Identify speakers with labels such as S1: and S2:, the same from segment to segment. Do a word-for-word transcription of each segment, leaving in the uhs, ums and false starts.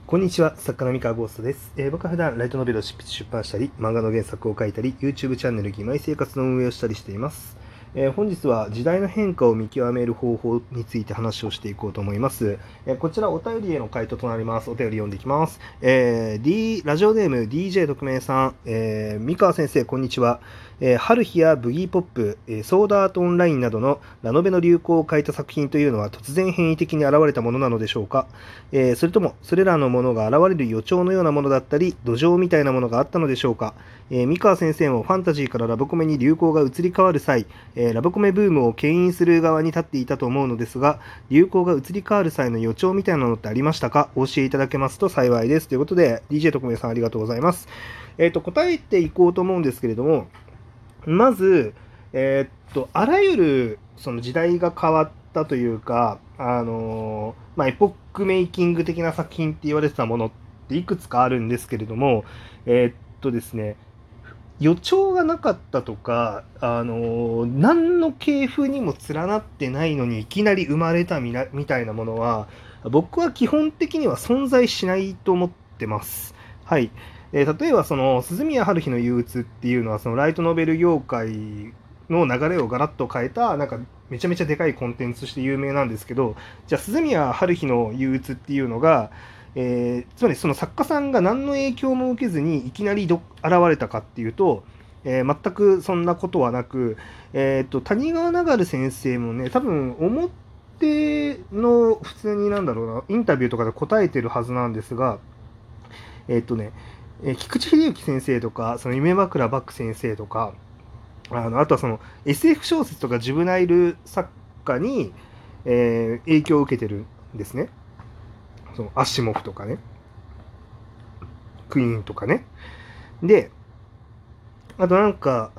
S1: こんにちは、作家の三河ゴーストです。えー僕は普段ライトノベルを執筆出版したり、漫画の原作を書いたり、YouTube チャンネル義妹生活の運営をしたりしています。えー本日は時代の変化を見極める方法について話をしていこうと思います。えーこちらお便りへの回答となります。お便り読んでいきます。えー D、ラジオネーム ディージェー 特命さん、えー三河先生、こんにちは。えー春日やブギーポップ、えーソードアートオンラインなどのラノベの流行を変えた作品というのは突然変異的に現れたものなのでしょうか。えーそれともそれらのものが現れる予兆のようなものだったり土壌みたいなものがあったのでしょうか。えー三河先生もファンタジーからラブコメに流行が移り変わる際、えーラブコメブームを牽引する側に立っていたと思うのですが、流行が移り変わる際の予兆みたいなのってありましたか。お教えいただけますと幸いです。ということで ディージェー 特命さん、ありがとうございます。えっ、と答えていこうと思うんですけれども、まず、えーっと、あらゆるその時代が変わったというか、あのーまあ、エポックメイキング的な作品って言われてたものっていくつかあるんですけれども、えーっとですね、予兆がなかったとか、あのー何の系譜にも連なってないのにいきなり生まれたみなみたいなものは、僕は基本的には存在しないと思ってます。はい。えー例えば、その、鈴宮春日の憂鬱っていうのは、そのライトノベル業界の流れをガラッと変えた、なんか、めちゃめちゃでかいコンテンツとして有名なんですけど、じゃあ、鈴宮春日の憂鬱っていうのが、えーつまりその作家さんが何の影響も受けずにいきなりど現れたかっていうと、えー全くそんなことはなく、えーと谷川流先生もね、多分表の普通になんだろうな、インタビューとかで答えてるはずなんですが、えっ、とね、えー菊池秀幸先生とか、その夢枕バック先生とか、あのあとはその エスエフ 小説とかジブナイル作家に、えー影響を受けてるんですね。そのアシモフとかね、クイーンとかね。で、あとなんか、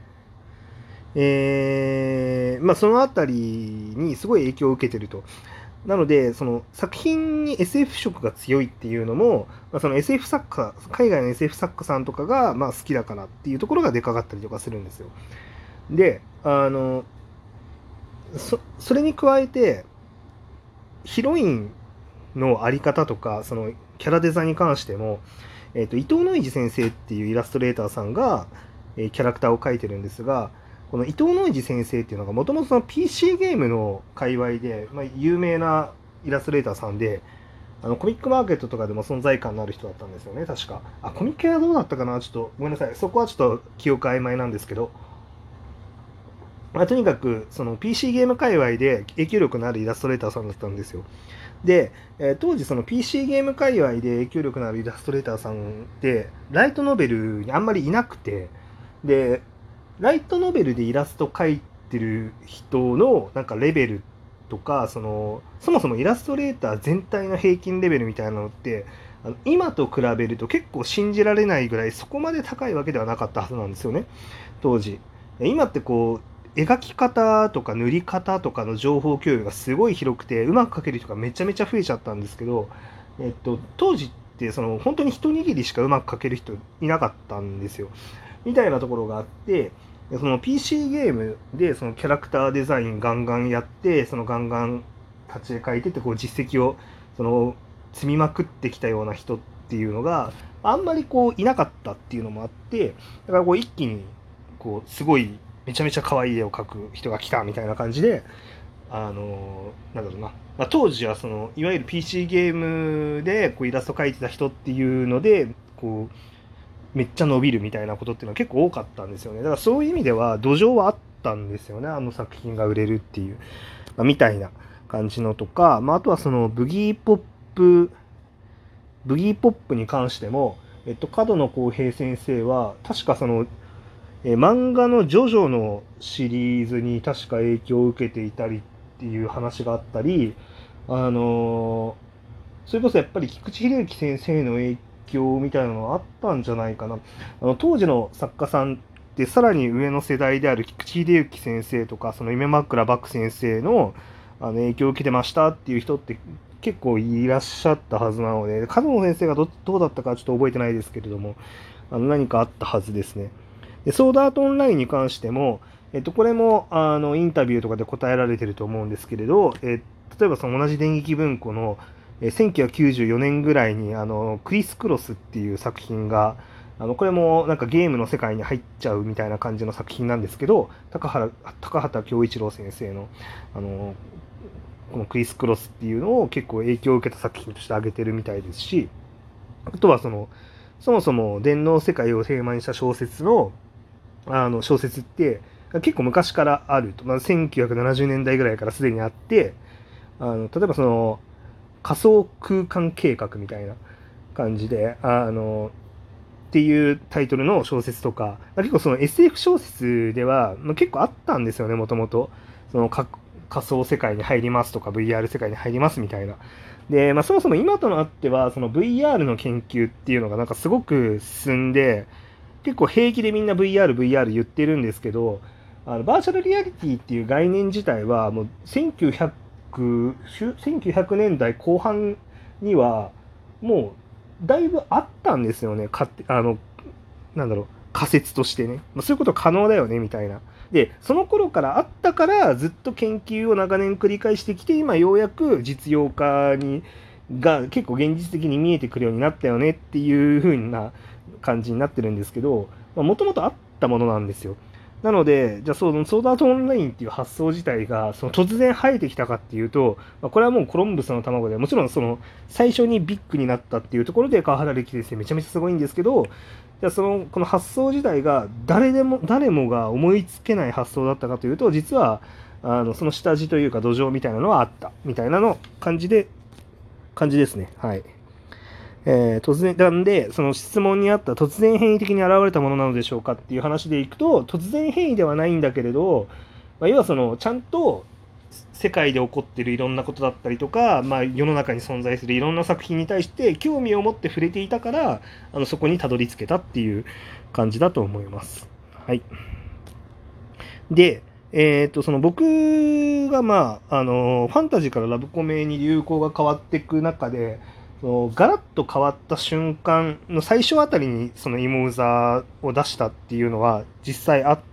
S1: えーまあ、そのあたりにすごい影響を受けてると。なので、その作品に エスエフ 色が強いっていうのも、まあ、その エスエフ 作家、海外の エスエフ 作家さんとかがまあ好きだからっていうところがでかかったりとかするんですよ。で、あの、そそれに加えて、ヒロインのあり方とか、そのキャラデザに関しても、えーと、伊藤ノイジ先生っていうイラストレーターさんが、えーキャラクターを描いてるんですが、この伊藤ノイジ先生っていうのがもともと ピーシー ゲームの界隈で、まあ、有名なイラストレーターさんで、あのコミックマーケットとかでも存在感のある人だったんですよね、確か。あ、コミックはどうだったかな、ちょっとごめんなさい。そこはちょっと記憶曖昧なんですけど、まあ、とにかくその ピーシー ゲーム界隈で影響力のあるイラストレーターさんだったんですよ。で、えー当時その ピーシー ゲーム界隈で影響力のあるイラストレーターさんってライトノベルにあんまりいなくて、でライトノベルでイラスト描いてる人のなんかレベルとか、そのそもそもイラストレーター全体の平均レベルみたいなのってあの今と比べると結構信じられないぐらいそこまで高いわけではなかったはずなんですよね、当時。今ってこう描き方とか塗り方とかの情報共有がすごい広くてうまく描ける人がめちゃめちゃ増えちゃったんですけど、えっと、当時ってその本当に一握りしかうまく描ける人いなかったんですよ。みたいなところがあって、その ピーシー ゲームでそのキャラクターデザインガンガンやって、そのガンガン立ち絵描いてってこう実績をその積みまくってきたような人っていうのがあんまりこういなかったっていうのもあって、だからこう一気にこうすごいめちゃめちゃ可愛い絵を描く人が来たみたいな感じで、あのなんだろうな、まあ、当時はそのいわゆる ピーシー ゲームでこうイラスト描いてた人っていうのでこうめっちゃ伸びるみたいなことっていうのは結構多かったんですよね。だからそういう意味では土壌はあったんですよね、あの作品が売れるっていう、まあ、みたいな感じのとか、まあ、あとはそのブギーポップブギーポップに関しても、えっと、角野浩平先生は確かそのえー漫画のジョジョのシリーズに確か影響を受けていたりっていう話があったり、あのーそれこそやっぱり菊池秀幸先生の影響みたいなのがあったんじゃないかな。あの当時の作家さんってさらに上の世代である菊池秀幸先生とか、その夢枕漠先生のあの影響を受けてましたっていう人って結構いらっしゃったはずなので、角野先生がどどうだったかちょっと覚えてないですけれども、あの何かあったはずですね。でソードアートオンラインに関しても、えっと、これもあのインタビューとかで答えられてると思うんですけれど、え例えばその同じ電撃文庫の、 えーせんきゅうひゃくきゅうじゅうよねんぐらいにあのクリス・クロスっていう作品が、あのこれもなんかゲームの世界に入っちゃうみたいな感じの作品なんですけど、高原高畑恭一郎先生のあのこのクリス・クロスっていうのを結構影響を受けた作品として挙げてるみたいですし、あとはそのそもそも電脳世界をテーマにした小説のあの小説って結構昔からあると、まあ、せんきゅうひゃくななじゅうねんだいぐらいからすでにあって、あの例えばその仮想空間計画みたいな感じであのっていうタイトルの小説とか、結構その エスエフ 小説では、まあ、結構あったんですよね、もともと。その仮想世界に入りますとか ブイアール 世界に入りますみたいな。で、まあ、そもそも今となってはその ブイアール の研究っていうのがなんかすごく進んで、結構平気でみんな ブイアール、ブイアール 言ってるんですけど、あのバーチャルリアリティっていう概念自体はもうせんきゅうひゃく、せんきゅうひゃくねんだいこう半にはもうだいぶあったんですよね。かあのなんだろう仮説としてね、まあ、そういうこと可能だよねみたいな。でその頃からあったからずっと研究を長年繰り返してきて、今ようやく実用化にが結構現実的に見えてくるようになったよねっていう風な感じになってるんですけど、もともとあったものなんですよ。なので、じゃあそのソードアートオンラインっていう発想自体がその突然生えてきたかっていうと、まあ、これはもうコロンブスの卵で、もちろんその最初にビッグになったっていうところで川原歴先生めちゃめちゃすごいんですけど、じゃあそのこの発想自体が誰でも誰もが思いつけない発想だったかというと、実はあのその下地というか土壌みたいなのはあったみたいなの感じで感じですね。はい。えー、突然なんでその質問にあった突然変異的に現れたものなのでしょうかっていう話でいくと、突然変異ではないんだけれど、まあ、要はそのちゃんと世界で起こっているいろんなことだったりとか、まあ、世の中に存在するいろんな作品に対して興味を持って触れていたから、あのそこにたどり着けたっていう感じだと思います。はい。で、えー、とその僕が、まあ、あのファンタジーからラブコメに流行が変わっていく中で、そのガラッと変わった瞬間の最初あたりにそのイモウザを出したっていうのは実際あって、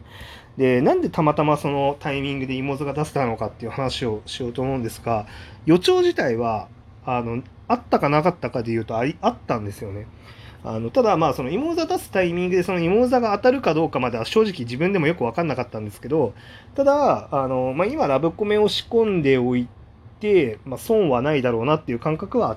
S1: でなんでたまたまそのタイミングでイモウザが出せたのかっていう話をしようと思うんですが、予兆自体はあのあったかなかったかでいうとありあったんですよね。あのただまあそのイモウザ出すタイミングでそのイモウザが当たるかどうかまでは正直自分でもよく分かんなかったんですけど、ただあの、まあ、今ラブコメを仕込んでおいて、まあ、損はないだろうなっていう感覚はあった。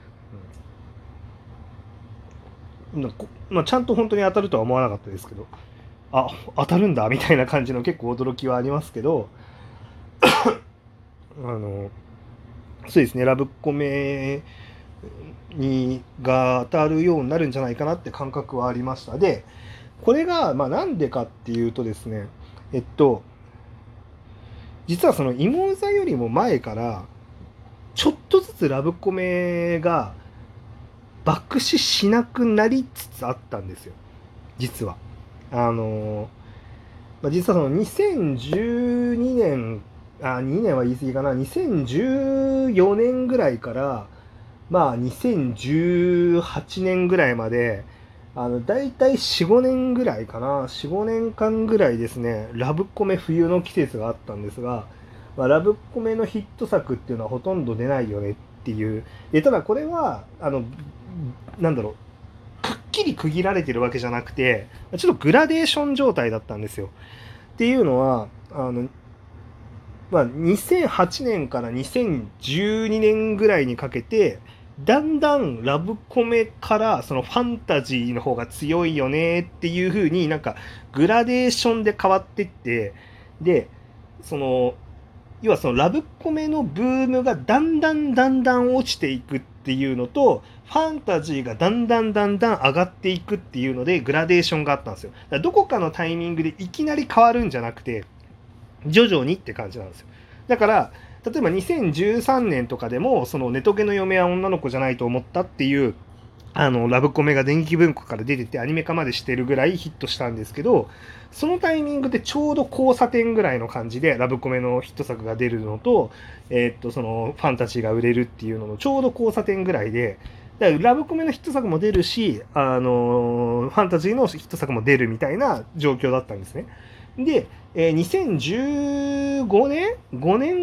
S1: うん、まあ、ちゃんと本当に当たるとは思わなかったですけど、あ当たるんだみたいな感じの結構驚きはありますけどあのそうですね、ラブコメにが当たるようになるんじゃないかなって感覚はありました。でこれがまあなんでかっていうとですね、えっと実はそのイモウザよりも前からちょっとずつラブコメが爆死しなくなりつつあったんですよ、実は。あのまあ、実はそのにせんじゅうにねんあにねんは言い過ぎかな、にせんじゅうよねんぐらいからまあにせんじゅうはちねんぐらいまで、あのだいたいよん、ごねんぐらいかな、よん、ごねんかんぐらいですね、ラブコメ冬の季節があったんですが、まあ、ラブコメのヒット作っていうのはほとんど出ないよねっていう。でただこれはあのなんだろうくっきり区切られてるわけじゃなくて、ちょっとグラデーション状態だったんですよ。っていうのはあのまあ、にせんはちねんからにせんじゅうにねんぐらいにかけてだんだんラブコメからそのファンタジーの方が強いよねっていう風になんかグラデーションで変わってって、でその要はそのラブコメのブームがだんだんだんだん落ちていくっていうのと、ファンタジーがだんだんだんだん上がっていくっていうのでグラデーションがあったんですよ。だからどこかのタイミングでいきなり変わるんじゃなくて徐々にって感じなんですよ。だから例えばにせんじゅうさんねんとかでもそのネトゲの嫁は女の子じゃないと思ったっていうあのラブコメが電気文庫から出ててアニメ化までしてるぐらいヒットしたんですけど、そのタイミングでちょうど交差点ぐらいの感じでラブコメのヒット作が出るのと、えー、っとそのファンタジーが売れるっていうののちょうど交差点ぐらいで、だからラブコメのヒット作も出るし、あのファンタジーのヒット作も出るみたいな状況だったんですね。で、えー、にせんじゅうごねんごねん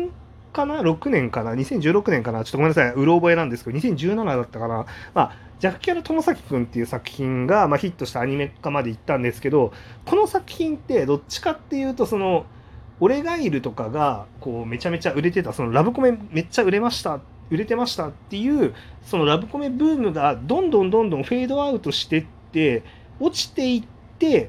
S1: かなろくねんかなにせんじゅうろくねんかなちょっとごめんなさい、うろ覚えなんですけど、にせんじゅうななだったかな、まあ、ジャック・キャラ友崎くんっていう作品が、まあ、ヒットしたアニメ化まで行ったんですけど、この作品ってどっちかっていうと、その、俺ガイルとかが、こう、めちゃめちゃ売れてた、そのラブコメめっちゃ売れました、売れてましたっていう、そのラブコメブームがどんどんどんどんフェードアウトしてって、落ちていって、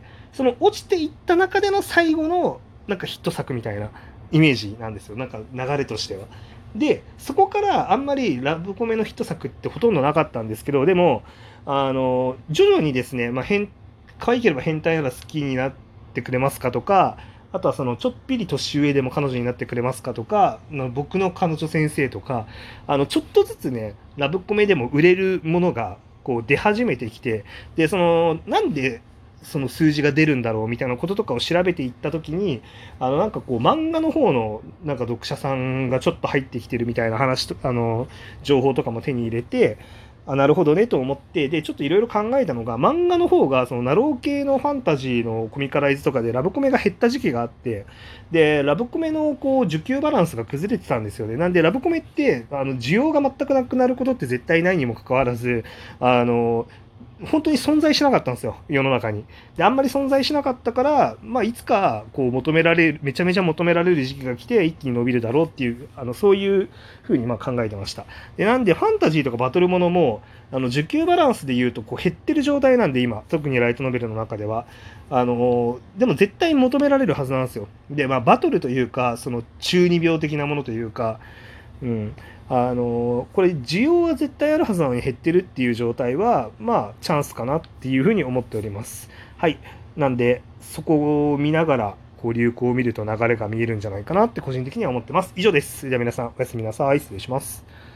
S1: その落ちていった中での最後の、なんかヒット作みたいなイメージなんですよ、なんか流れとしては。で、そこからあんまりラブコメのヒット作ってほとんどなかったんですけど、でも、あの、徐々にですね、まあ、変、可愛ければ変態なら好きになってくれますかとか、あとはそのちょっぴり年上でも彼女になってくれますかとか、の僕の彼女先生とか、あのちょっとずつね、ラブコメでも売れるものがこう出始めてきて、で、その、なんでその数字が出るんだろうみたいなこととかを調べていったときに、あのなんかこう漫画の方のなんか読者さんがちょっと入ってきてるみたいな話と、あの、情報とかも手に入れて、あ、なるほどねと思って、で、ちょっといろいろ考えたのが、漫画の方が、その、ナロー系のファンタジーのコミカライズとかでラブコメが減った時期があって、で、ラブコメの、こう、需給バランスが崩れてたんですよね。なんで、ラブコメって、あの、需要が全くなくなることって絶対ないにもかかわらず、あの、本当に存在しなかったんですよ、世の中に。で、あんまり存在しなかったから、まあ、いつか、こう、求められる、めちゃめちゃ求められる時期が来て、一気に伸びるだろうっていう、あの、そういうふうに、まあ、考えてました。で、なんで、ファンタジーとかバトルものも、あの、需給バランスで言うと、こう、減ってる状態なんで、今、特にライトノベルの中では。あの、でも絶対求められるはずなんですよ。で、まあ、バトルというか、その、中二病的なものというか、うん。あのこれ需要は絶対あるはずなのに減ってるっていう状態はまあチャンスかなっていうふうに思っております。はい。なんでそこを見ながらこう流行を見ると流れが見えるんじゃないかなって個人的には思ってます。以上です。それでは皆さんおやすみなさい。失礼します。